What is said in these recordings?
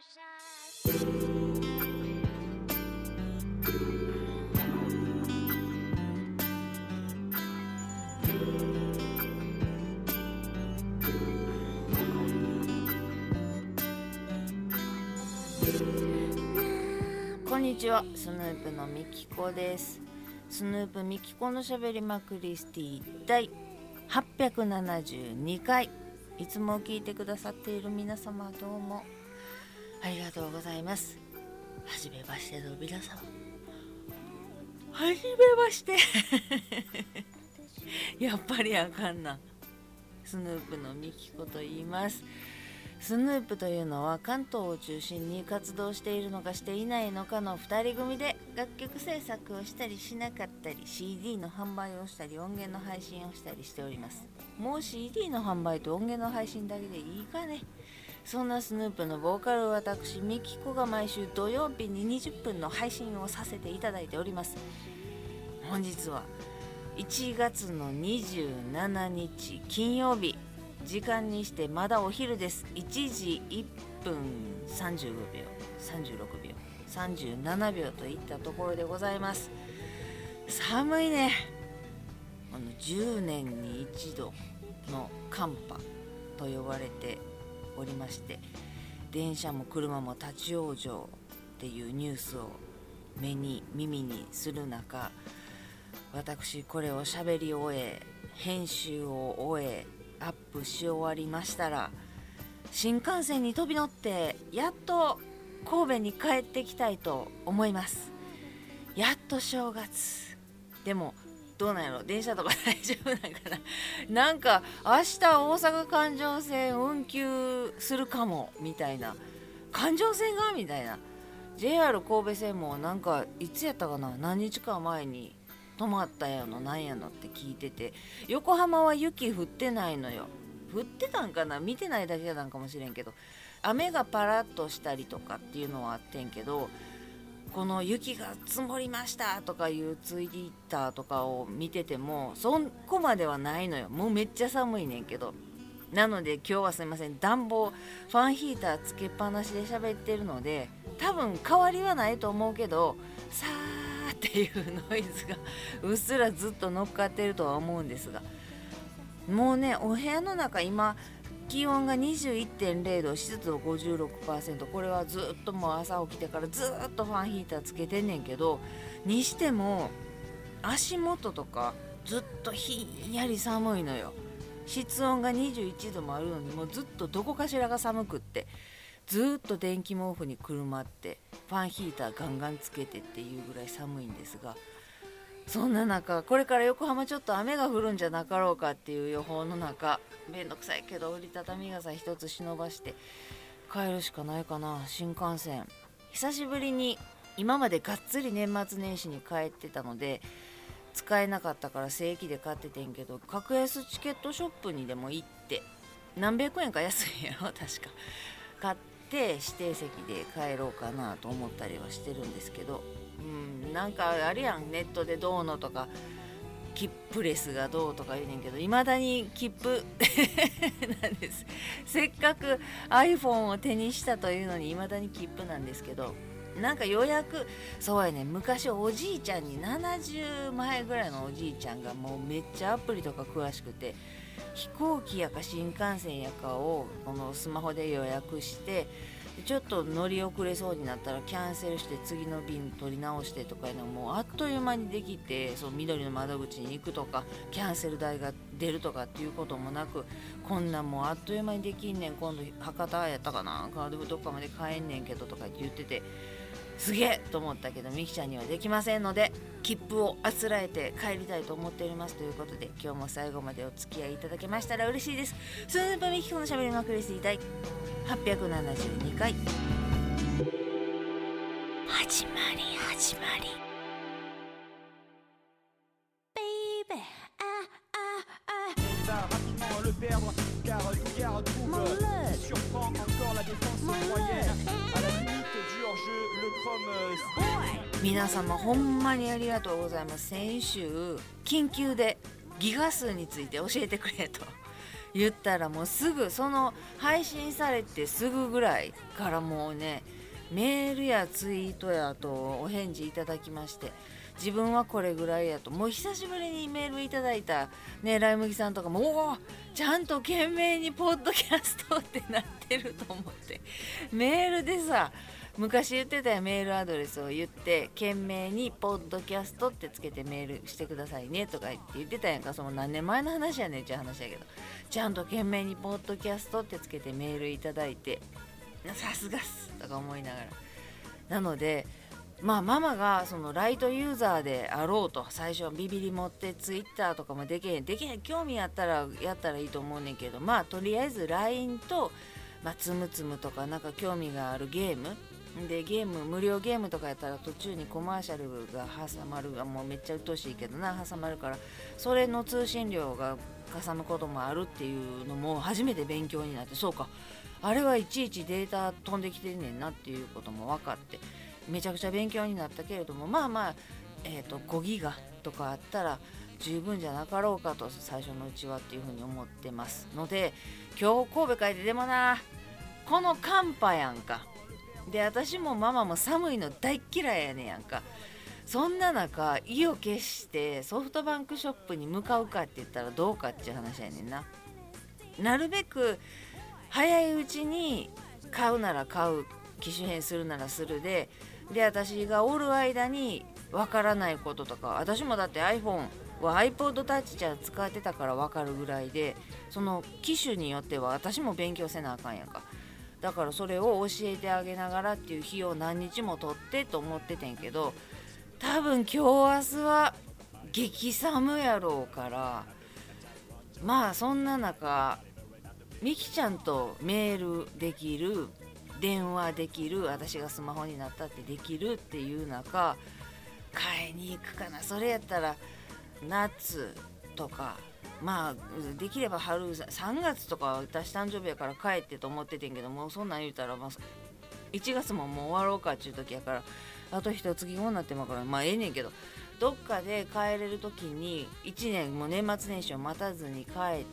こんにちは、スヌープのみきこです。スヌープみきこのしゃべりまクリスティ第872回、いつも聞いてくださっている皆様、どうもありがとうございます。はじめましての皆様、はじめましてやっぱりあかんな。スヌープのみきこと言います。スヌープというのは関東を中心に活動しているのかしていないのかの2人組で、楽曲制作をしたりしなかったり、 CD の販売をしたり、音源の配信をしたりしております。もう CD の販売と音源の配信だけでいいかね。そんなスヌープのボーカル、私みきこが毎週土曜日に20分の配信をさせていただいております。本日は1月の27日金曜日、時間にしてまだお昼です。1時1分35秒36秒37秒といったところでございます。寒いね。10年に一度の寒波と呼ばれておりまして、電車も車も立ち往生っていうニュースを目に耳にする中、私これを喋り終え、編集を終え、アップし終わりましたら、新幹線に飛び乗ってやっと神戸に帰ってきたいと思います。やっと正月。でもどうなんやろ、電車とか大丈夫なんかな。なんか明日大阪環状線運休するかもみたいな。環状線がみたいな。 JR 神戸線もなんかいつやったかな、何日か前に止まったやのなんやのって聞いてて、横浜は雪降ってないのよ。降ってたんかな、見てないだけなんかもしれんけど、雨がパラッとしたりとかっていうのはあってんけど、この雪が積もりましたとかいうツイッターとかを見ててもそこまではないのよ。もうめっちゃ寒いねんけど。なので今日はすいません、暖房ファンヒーターつけっぱなしで喋ってるので、多分変わりはないと思うけど、さーっていうノイズがうっすらずっと乗っかってるとは思うんですが、もうね、お部屋の中今気温が 21.0 度、湿度 56%。 これはずっともう朝起きてからずっとファンヒーターつけてんねんけど、にしても足元とかずっとひんやり寒いのよ。室温が21度もあるのに、もうずっとどこかしらが寒くって、ずっと電気毛布にくるまってファンヒーターガンガンつけてっていうぐらい寒いんですが、そんな中、これから横浜ちょっと雨が降るんじゃなかろうかっていう予報の中、めんどくさいけど折りたたみ傘一つ忍ばして帰るしかないかな。新幹線久しぶりに、今までがっつり年末年始に帰ってたので使えなかったから正規で買っててんけど、格安チケットショップにでも行って、何百円か安いやろ確か、買って指定席で帰ろうかなと思ったりはしてるんですけど、なんかあるやん、ネットでどうのとか、キップレスがどうとか言うねんけど、いまだに切符なんです。せっかく iPhone を手にしたというのにいまだに切符なんですけど、なんか予約、そうやね、昔おじいちゃんに、70前ぐらいのおじいちゃんがもうめっちゃアプリとか詳しくて、飛行機やか新幹線やかをこのスマホで予約して、ちょっと乗り遅れそうになったらキャンセルして次の便取り直してとかいうのもうあっという間にできて、そう緑の窓口に行くとかキャンセル代が出るとかっていうこともなく、こんなんもうあっという間にできんねん、今度博多やったかな、どっかまで帰んねんけどとか言ってて、すげえと思ったけど、みきちゃんにはできませんので、切符をあつらえて帰りたいと思っておりますということで、今日も最後までお付き合いいただけましたら嬉しいです。スヌープみきこのしゃべりまくりすぎたい872回、始まり皆様ほんまにありがとうございます。先週緊急でギガ数について教えてくれと言ったらもうすぐその配信されてすぐぐらいからもうねメールやツイートやとお返事いただきまして、自分はこれぐらいやと、もう久しぶりにメールいただいたねライ麦さんとかもおちゃんと懸命にポッドキャストってなってると思ってメールでさ、昔言ってたよ、メールアドレスを言って懸命にポッドキャストってつけてメールしてくださいねとか言ってたやんか。その何年前の話やねんっていう話やけど、ちゃんと懸命にポッドキャストってつけてメールいただいて、さすがっすとか思いながら、なのでママがそのライトユーザーであろうと、最初はビビり持ってツイッターとかもできへん興味あったらやったらいいと思うねんけど、とりあえず LINE と、つむつむとかなんか興味があるゲームで、無料ゲームとかやったら途中にコマーシャルが挟まるが、もうめっちゃ鬱陶しいけどな、挟まるから、それの通信料がかさむこともあるっていうのも初めて勉強になって、そうかあれはいちいちデータ飛んできてんねんなっていうことも分かって、めちゃくちゃ勉強になったけれども、5ギガとかあったら十分じゃなかろうかと最初のうちはっていうふうに思ってますので、今日神戸帰ってでもなこの寒波やんかで、私もママも寒いの大嫌いやねんやんか。そんな中意を決してソフトバンクショップに向かうかって言ったらどうかっていう話やねんな。なるべく早いうちに買うなら買う、機種変するならするで私がおる間にわからないこととか、私もだって iPhone は iPod Touch じゃ使ってたからわかるぐらいで、その機種によっては私も勉強せなあかんやんか。だからそれを教えてあげながらっていう日を何日も取ってと思っててんけど、多分今日明日は激寒やろうから、そんな中みきちゃんとメールできる、電話できる、私がスマホになったってできるっていう中買いに行くかな。それやったら夏とかできれば春3月とか私誕生日やから帰ってと思っててんけど、もうそんなん言うたら1月ももう終わろうかっていう時やから、あと一月後になってまうからええねんけど、どっかで帰れる時に1年もう年末年始を待たずに帰って、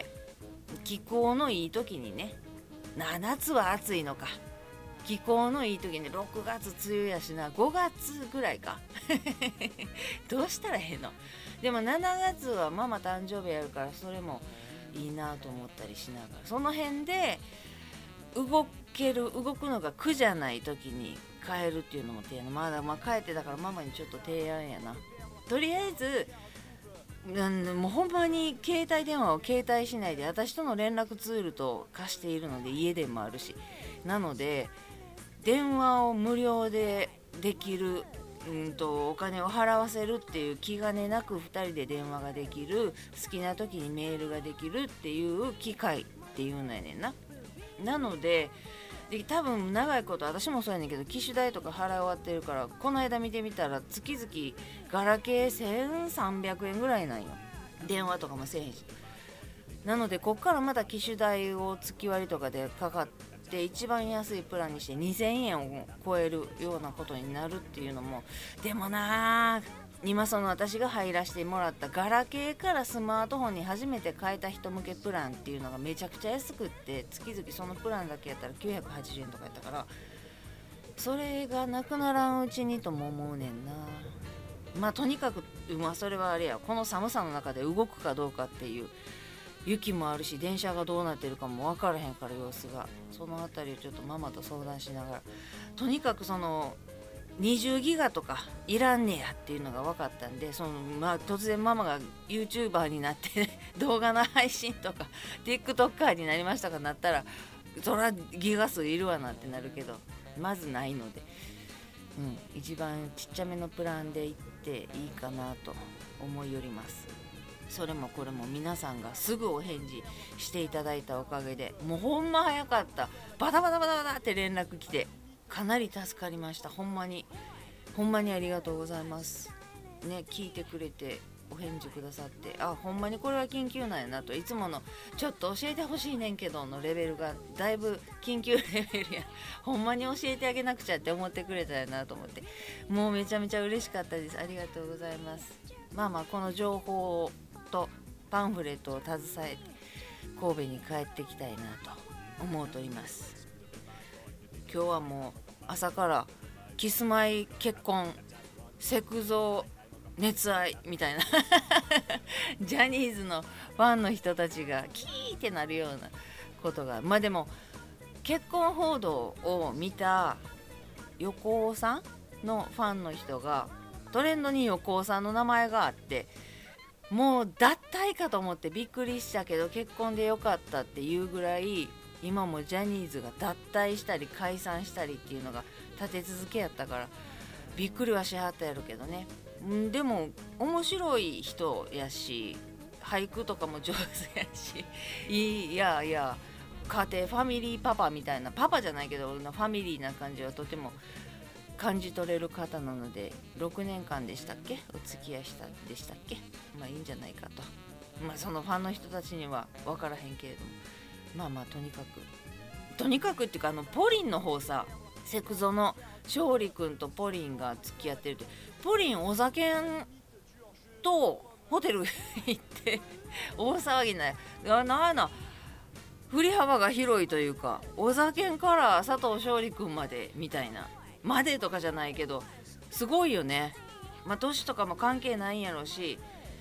気候のいい時にね、夏は暑いのか、気候のいい時に6月梅雨やしな、5月ぐらいかどうしたらええの。でも7月はママ誕生日やるから、それもいいなと思ったりしながら、その辺で動くのが苦じゃない時に帰るっていうのも提案。帰ってだからママにちょっと提案やな。とりあえずもうほんまに携帯電話を携帯しないで私との連絡ツールと化しているので、家電もあるし、なので電話を無料でできる、お金を払わせるっていう気兼ねなく2人で電話ができる、好きな時にメールができるっていう機会っていうのやねんな。なので多分長いこと私もそうやねんけど、機種代とか払い終わってるから、この間見てみたら月々ガラケー1300円ぐらいなんよ。電話とかもせえへんし。なのでこっからまた機種代を月割とかでかかって一番安いプランにして2000円を超えるようなことになるっていうのも、でもな今その私が入らせてもらったガラケーからスマートフォンに初めて変えた人向けプランっていうのがめちゃくちゃ安くって、月々そのプランだけやったら980円とかやったから、それがなくならんうちにとも思うねんな。とにかくそれはあれや、この寒さの中で動くかどうかっていう、雪もあるし電車がどうなってるかも分からへんから、様子が、そのあたりをちょっとママと相談しながら、とにかくその20ギガとかいらんねやっていうのが分かったんで、突然ママが YouTuber になって動画の配信とか TikToker になりましたかなったら、そらギガ数いるわなってなるけど、まずないので、一番ちっちゃめのプランで行っていいかなと思いよります。それもこれも皆さんがすぐお返事していただいたおかげで、もうほんま早かった、バタバタバタバタって連絡来てかなり助かりました。ほんまにありがとうございますね。聞いてくれてお返事くださって、ほんまにこれは緊急なんやなと、いつものちょっと教えてほしいねんけどのレベルがだいぶ緊急レベルや、ほんまに教えてあげなくちゃって思ってくれたやなと思って、もうめちゃめちゃ嬉しかったです。ありがとうございます。この情報とパンフレットを携えて神戸に帰ってきたいなと思うとります。今日はもう朝からキスマイ結婚セクゾ熱愛みたいなジャニーズのファンの人たちがキーってなるようなことが、でも結婚報道を見た横尾さんのファンの人がトレンドに横尾さんの名前があって、もう脱退かと思ってびっくりしたけど結婚でよかったっていうぐらい、今もジャニーズが脱退したり解散したりっていうのが立て続けやったからびっくりはしはったやろけどね。でも面白い人やし、俳句とかも上手やし、いや家庭ファミリーパパみたいな、パパじゃないけどファミリーな感じはとても感じ取れる方なので、6年間でしたっけお付き合いしたでしたっけ、いいんじゃないかと。そのファンの人たちには分からへんけれども、とにかくっていうか、ポリンの方さ、セクゾの勝利くんとポリンが付き合ってるって、ポリンお酒とホテル行って大騒ぎない振り幅が広いというか、お酒から佐藤勝利くんまでみたいな、までとかじゃないけどすごいよね。年とかも関係ないんやろし、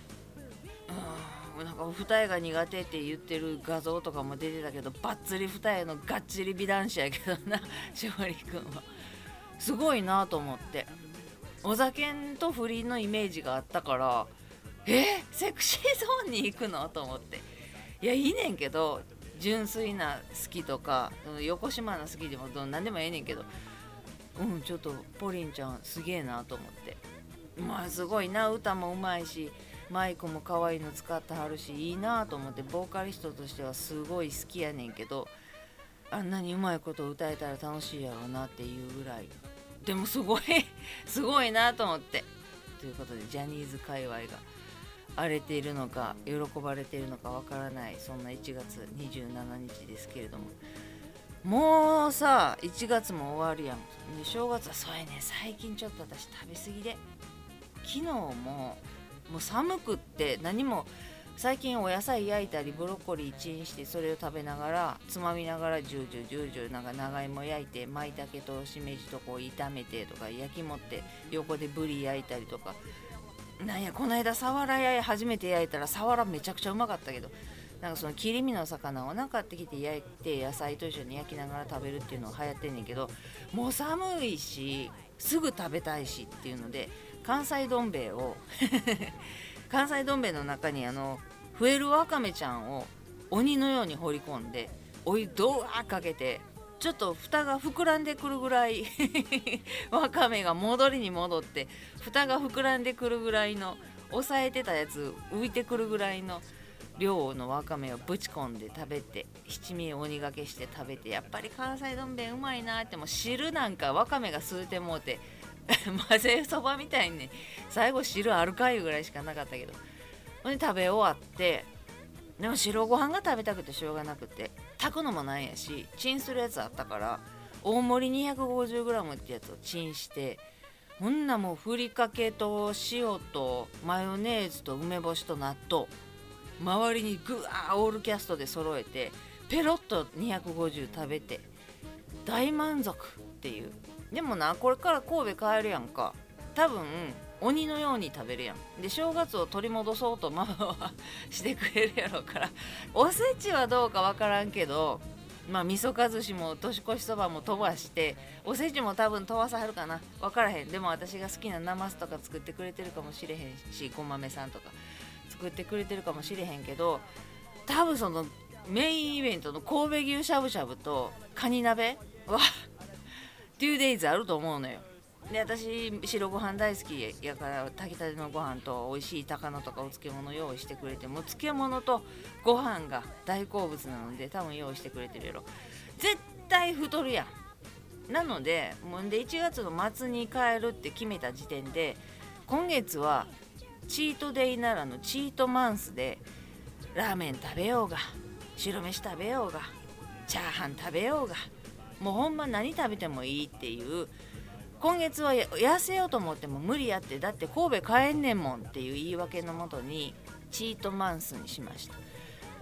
なんか二重が苦手って言ってる画像とかも出てたけど、バッツリ二重のがっちり美男子やけどな勝利くんはすごいなと思って、お酒と不倫のイメージがあったから、セクシーゾーンに行くのと思って、いいねんけど、純粋な好きとか横島な好きでも何でもええねんけど、ちょっとポリンちゃんすげえなと思って、すごいな、歌もうまいしマイクも可愛いの使ってはるし、いいなと思って、ボーカリストとしてはすごい好きやねんけど、あんなにうまいことを歌えたら楽しいやろうなっていうぐらい、でもすごいなと思って、ということでジャニーズ界隈が荒れているのか喜ばれているのかわからない、そんな1月27日ですけれども、もうさ1月も終わるやん。で正月はそうやね、最近ちょっと私食べ過ぎで、昨日もう寒くって何も、最近お野菜焼いたりブロッコリーチンしてそれを食べながらつまみながらジュージュなんか長芋焼いて舞茸としめじとこう炒めてとか、焼きもって横でブリ焼いたりとか、なんやこの間サワラ初めて焼いたらサワラめちゃくちゃうまかったけど、なんかその切り身の魚を買ってきて焼いて野菜と一緒に焼きながら食べるっていうのが流行ってんねんけど、もう寒いしすぐ食べたいしっていうので、関西どん兵衛を関西どん兵衛の中に増えるわかめちゃんを鬼のように放り込んで、お湯ドワーかけて、ちょっと蓋が膨らんでくるぐらいわかめが戻りに戻って蓋が膨らんでくるぐらいの、抑えてたやつ浮いてくるぐらいの量のわかめをぶち込んで食べて、七味鬼がけして食べて、やっぱり関西どん兵衛うまいなって。も汁なんかわかめが吸うてもうて混ぜそばみたいに、ね、最後汁あるかいうぐらいしかなかったけど、ほんで食べ終わって、でも白ご飯が食べたくてしょうがなくて、炊くのもないやしチンするやつあったから、大盛り 250g ってやつをチンして、ほんなもうふりかけと塩とマヨネーズと梅干しと納豆、周りにグワーオールキャストで揃えてペロッと250食べて大満足っていう。でもな、これから神戸帰るやんか、多分鬼のように食べるやん。で正月を取り戻そうとママはしてくれるやろうから、おせちはどうかわからんけど、味噌かずしも年越しそばも飛ばして、おせちも多分飛ばさはるかな、わからへん。でも私が好きななますとか作ってくれてるかもしれへんし、ごまめさんとか作ってくれてるかもしれへんけど、多分そのメインイベントの神戸牛しゃぶしゃぶとカニ鍋は2days あると思うのよ。で私白ご飯大好きやから、炊きたてのご飯と美味しい高菜とかお漬物用意してくれて、もう漬物とご飯が大好物なので多分用意してくれてるやろ。絶対太るやん。なのでもう1月の末に帰るって決めた時点で、今月はチートデイならぬチートマンスで、ラーメン食べようが白飯食べようがチャーハン食べようが、もうほんま何食べてもいいっていう、今月は痩せようと思っても無理やって、だって神戸帰んねんもんっていう言い訳のもとにチートマンスにしました。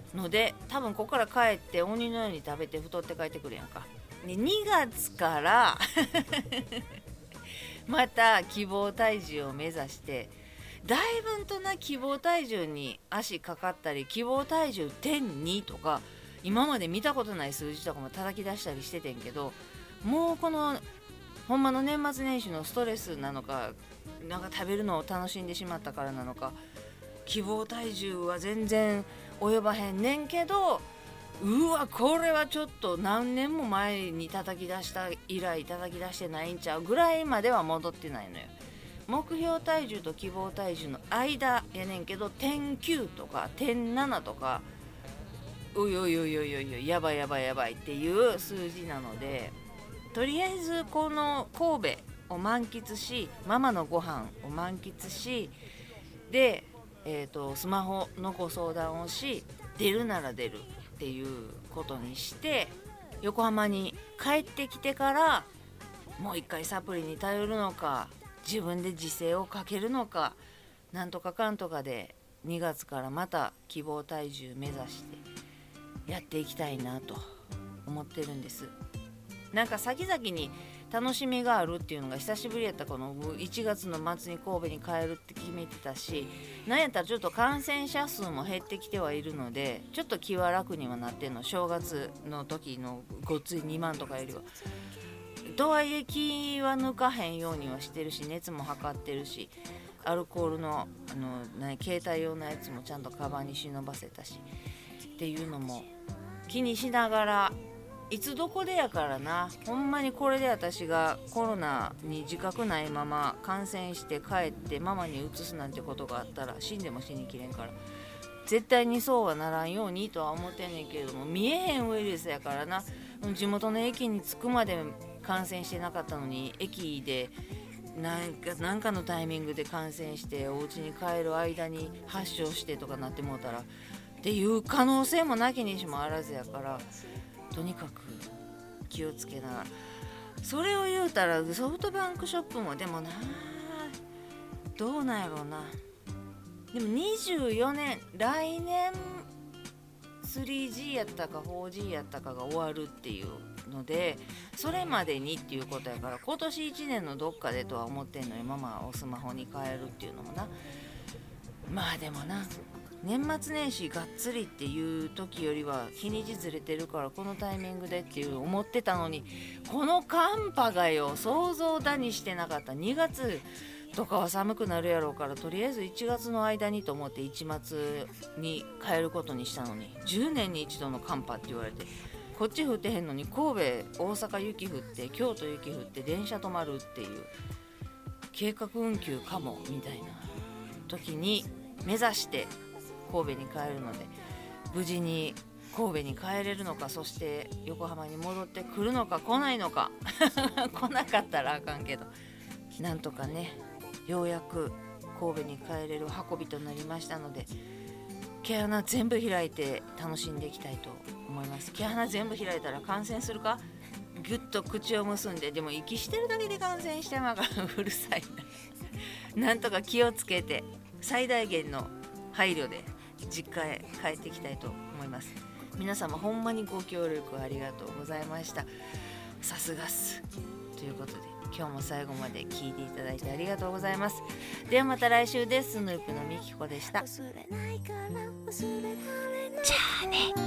ので、多分ここから帰って鬼のように食べて太って帰ってくるやんか。で2月からまた希望体重を目指して、だいぶんとな希望体重に足かかったり、希望体重 1.2 とか今まで見たことない数字とかも叩き出したりしててんけど、もうこのほんまの年末年始のストレスなのか、なんか食べるのを楽しんでしまったからなのか、希望体重は全然及ばへんねんけど、うわこれはちょっと何年も前に叩き出した以来叩き出してないんちゃうぐらいまでは戻ってないのよ。目標体重と希望体重の間やねんけど、1.9とか1.7とか、おいおいおいおいおいおい、やばいやばいやばいっていう数字なので、とりあえずこの神戸を満喫し、ママのご飯を満喫し、で、スマホのご相談をし、出るなら出るっていうことにして、横浜に帰ってきてからもう一回サプリに頼るのか、自分で自制をかけるのか、なんとかかんとかで2月からまた希望体重目指してやっていきたいなと思ってるんです。なんか先々に楽しみがあるっていうのが久しぶりやった。この1月の末に神戸に帰るって決めてたし、なんやったらちょっと感染者数も減ってきてはいるので、ちょっと気は楽にはなってんの。正月の時のごっつい2万とかよりは。とはいえ気は抜かへんようにはしてるし、熱も測ってるし、アルコールの、携帯用のやつもちゃんとカバンに忍ばせたしっていうのも気にしながら、いつどこでやからな、ほんまにこれで私がコロナに自覚ないまま感染して帰ってママにうつすなんてことがあったら死んでも死にきれんから、絶対にそうはならんようにとは思ってんねんけれども、見えへんウイルスやからな。地元の駅に着くまで感染してなかったのに、駅でなんかのタイミングで感染してお家に帰る間に発症してとかなってもうたらっていう可能性もなきにしもあらずやから、とにかく気をつけながら。それを言うたらソフトバンクショップもでもな、どうなんやろうな。でも24年、来年 3G やったか 4G やったかが終わるっていうので、それまでにっていうことやから、今年1年のどっかでとは思ってんのに、ママはおスマホに変えるっていうのもな。まあでもな、年末年始がっつりっていう時よりは日にちずれてるから、このタイミングでっていう思ってたのに、この寒波がよ、想像だにしてなかった。2月とかは寒くなるやろうから、とりあえず1月の間にと思って1月に変えることにしたのに、10年に一度の寒波って言われて、こっち降ってへんのに神戸大阪雪降って京都雪降って電車止まるっていう、計画運休かもみたいな時に目指して神戸に帰るので、無事に神戸に帰れるのか、そして横浜に戻ってくるのか来ないのか来なかったらあかんけど、なんとかね、ようやく神戸に帰れる運びとなりましたので、毛穴全部開いて楽しんでいきたいと思います。毛穴全部開いたら感染するか、ぐっと口を結んで、でも息してるだけで感染してまうからうるさいななんとか気をつけて最大限の配慮で実家へ帰っていきたいと思います。皆様ほんまにご協力ありがとうございました。さすがっすということで、今日も最後まで聞いていただいてありがとうございます。ではまた来週です。スヌープのみきこでした。じゃあね。